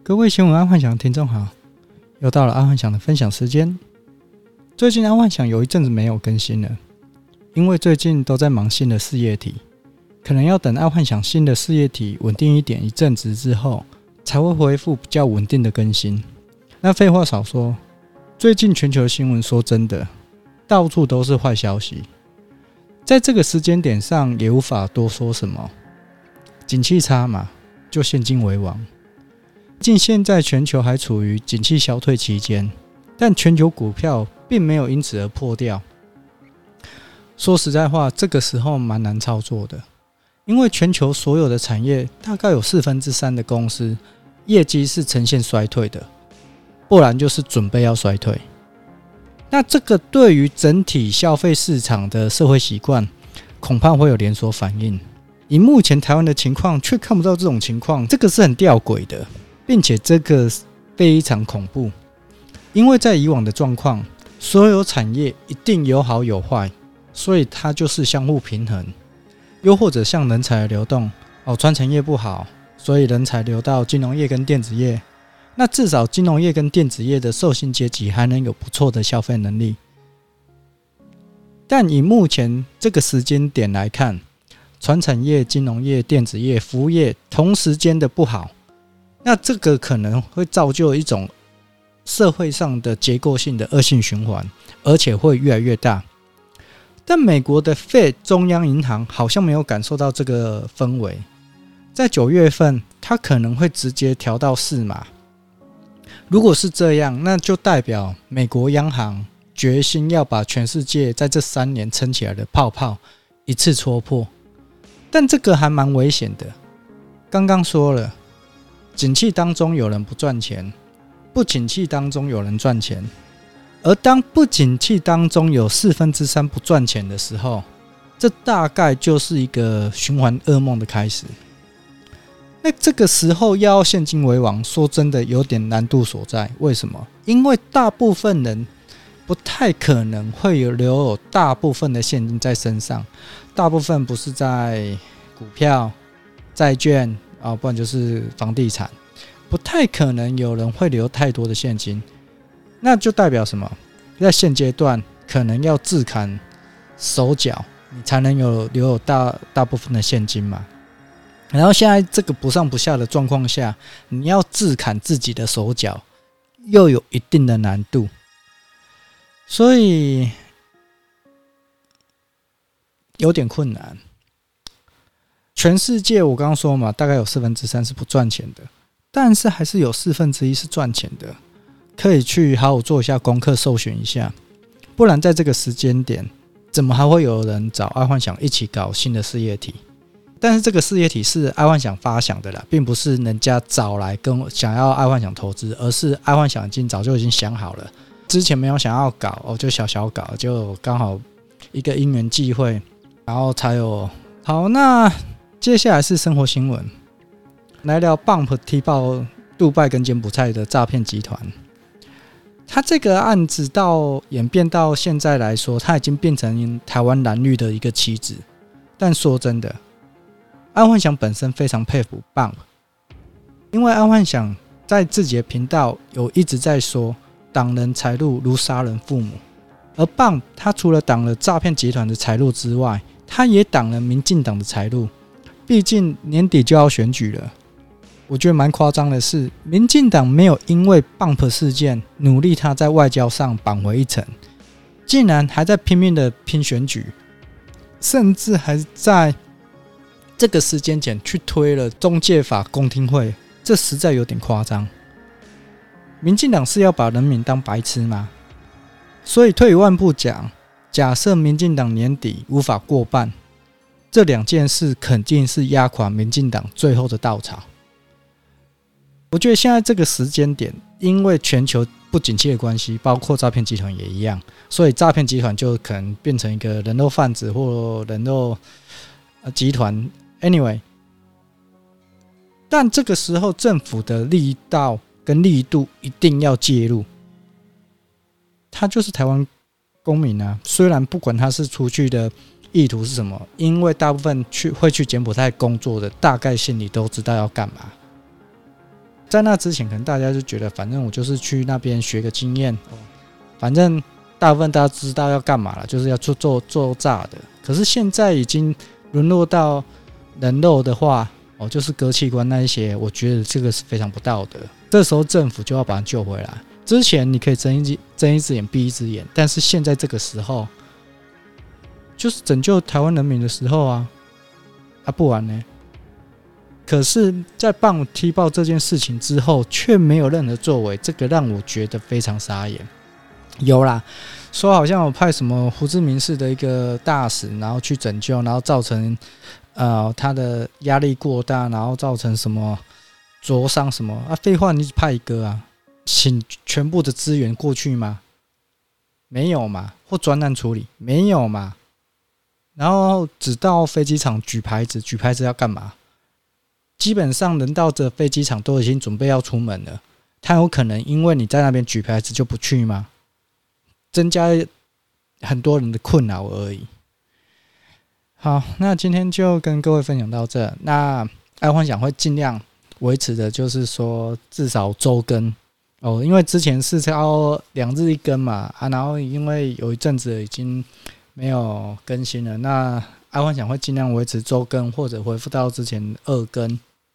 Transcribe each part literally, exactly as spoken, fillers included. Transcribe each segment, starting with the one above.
各位新闻安幻想的听众好，又到了安幻想的分享时间。最近安幻想有一阵子没有更新了，因为最近都在忙新的事业体，可能要等安幻想新的事业体稳定一点一阵子之后，才会恢复比较稳定的更新。那废话少说，最近全球新闻说真的，到处都是坏消息，在这个时间点上也无法多说什么。景气差嘛，就现金为王。毕竟现在全球还处于景气消退期间，但全球股票并没有因此而破掉。说实在话，这个时候蛮难操作的，因为全球所有的产业大概有四分之三的公司业绩是呈现衰退的，不然就是准备要衰退。那这个对于整体消费市场的社会习惯，恐怕会有连锁反应。以目前台湾的情况，却看不到这种情况，这个是很吊诡的，并且这个非常恐怖。因为在以往的状况，所有产业一定有好有坏，所以它就是相互平衡。又或者像人才的流动，哦，传产业不好，所以人才流到金融业跟电子业，那至少金融业跟电子业的受薪阶级还能有不错的消费能力。但以目前这个时间点来看，传产业、金融业、电子业、服务业同时间的不好，那这个可能会造就一种社会上的结构性的恶性循环，而且会越来越大。但美国的 Fed 中央银行好像没有感受到这个氛围，在九月份它可能会直接调到四码。如果是这样，那就代表美国央行决心要把全世界在这三年撑起来的泡泡一次戳破。但这个还蛮危险的，刚刚说了，景气当中有人不赚钱，不景气当中有人赚钱，而当不景气当中有四分之三不赚钱的时候，这大概就是一个循环噩梦的开始。那这个时候要现金为王，说真的有点难度所在。为什么？因为大部分人不太可能会有留有大部分的现金在身上，大部分不是在股票、债券、哦、不然就是房地产，不太可能有人会留太多的现金。那就代表什么？在现阶段可能要自砍手脚，你才能有留有 大, 大部分的现金嘛。然后现在这个不上不下的状况下，你要自砍自己的手脚，又有一定的难度。所以有点困难。全世界我刚刚说嘛，大概有四分之三是不赚钱的，但是还是有四分之一是赚钱的，可以去好好做一下功课，搜寻一下。不然在这个时间点，怎么还会有人找爱幻想一起搞新的事业体？但是这个事业体是爱幻想发想的啦，并不是人家找来跟我想要爱幻想投资，而是爱幻想已经早就已经想好了。之前没有想要搞，我就小小搞，就刚好一个因缘际会，然后才有。好，那接下来是生活新闻，来聊 Bump 踢爆杜拜跟柬埔寨的诈骗集团。他这个案子到演变到现在来说，他已经变成台湾蓝绿的一个棋子。但说真的，安幻想本身非常佩服 Bump， 因为安幻想在自己的频道有一直在说，挡人财路如杀人父母，而 Bump 他除了挡了诈骗集团的财路之外，他也挡了民进党的财路。毕竟年底就要选举了，我觉得蛮夸张的是，民进党没有因为 Bump 事件努力他在外交上扳回一城，竟然还在拼命的拼选举，甚至还在这个时间点去推了中介法公听会，这实在有点夸张。民进党是要把人民当白痴吗？所以退一万步讲，假设民进党年底无法过半，这两件事肯定是压垮民进党最后的稻草。我觉得现在这个时间点，因为全球不景气的关系，包括诈骗集团也一样，所以诈骗集团就可能变成一个人肉贩子或人肉集团。Anyway， 但这个时候政府的力道跟力度一定要介入。他就是台湾公民啊，虽然不管他是出去的意图是什么，因为大部分去会去柬埔寨工作的，大概心里都知道要干嘛。 在那之前，可能大家就觉得，反正我就是去那边学个经验，反正大部分大家知道要干嘛了，就是要做做做炸的。可是现在已经沦落到人肉的话，哦，就是割器官那一些，我觉得这个是非常不道德。这时候政府就要把它救回来。之前你可以睁一只睁一只眼闭一只眼，但是现在这个时候，就是拯救台湾人民的时候啊！啊，不然呢？可是，在棒踢爆这件事情之后，却没有任何作为，这个让我觉得非常傻眼。有啦，说好像我派什么胡志明市的一个大使，然后去拯救，然后造成呃他的压力过大，然后造成什么灼伤什么啊？废话，你只派一个啊，请全部的资源过去吗？没有嘛？或专案处理没有嘛？然后只到飞机场举牌子，举牌子要干嘛？基本上人到这飞机场都已经准备要出门了，他有可能因为你在那边举牌子就不去吗？增加很多人的困扰而已。好，那今天就跟各位分享到这。那爱幻想会尽量维持的，就是说至少周更哦，因为之前是超两日一更嘛啊，然后因为有一阵子已经没有更新了，那爱幻想会尽量维持周更，或者恢复到之前二更。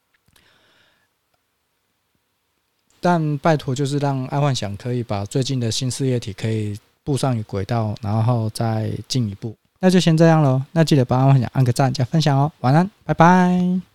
但拜托，就是让爱幻想可以把最近的新事业体可以步上于轨道，然后再进一步。那就先这样咯，那记得帮爱幻想按个赞加分享哦。晚安，拜拜。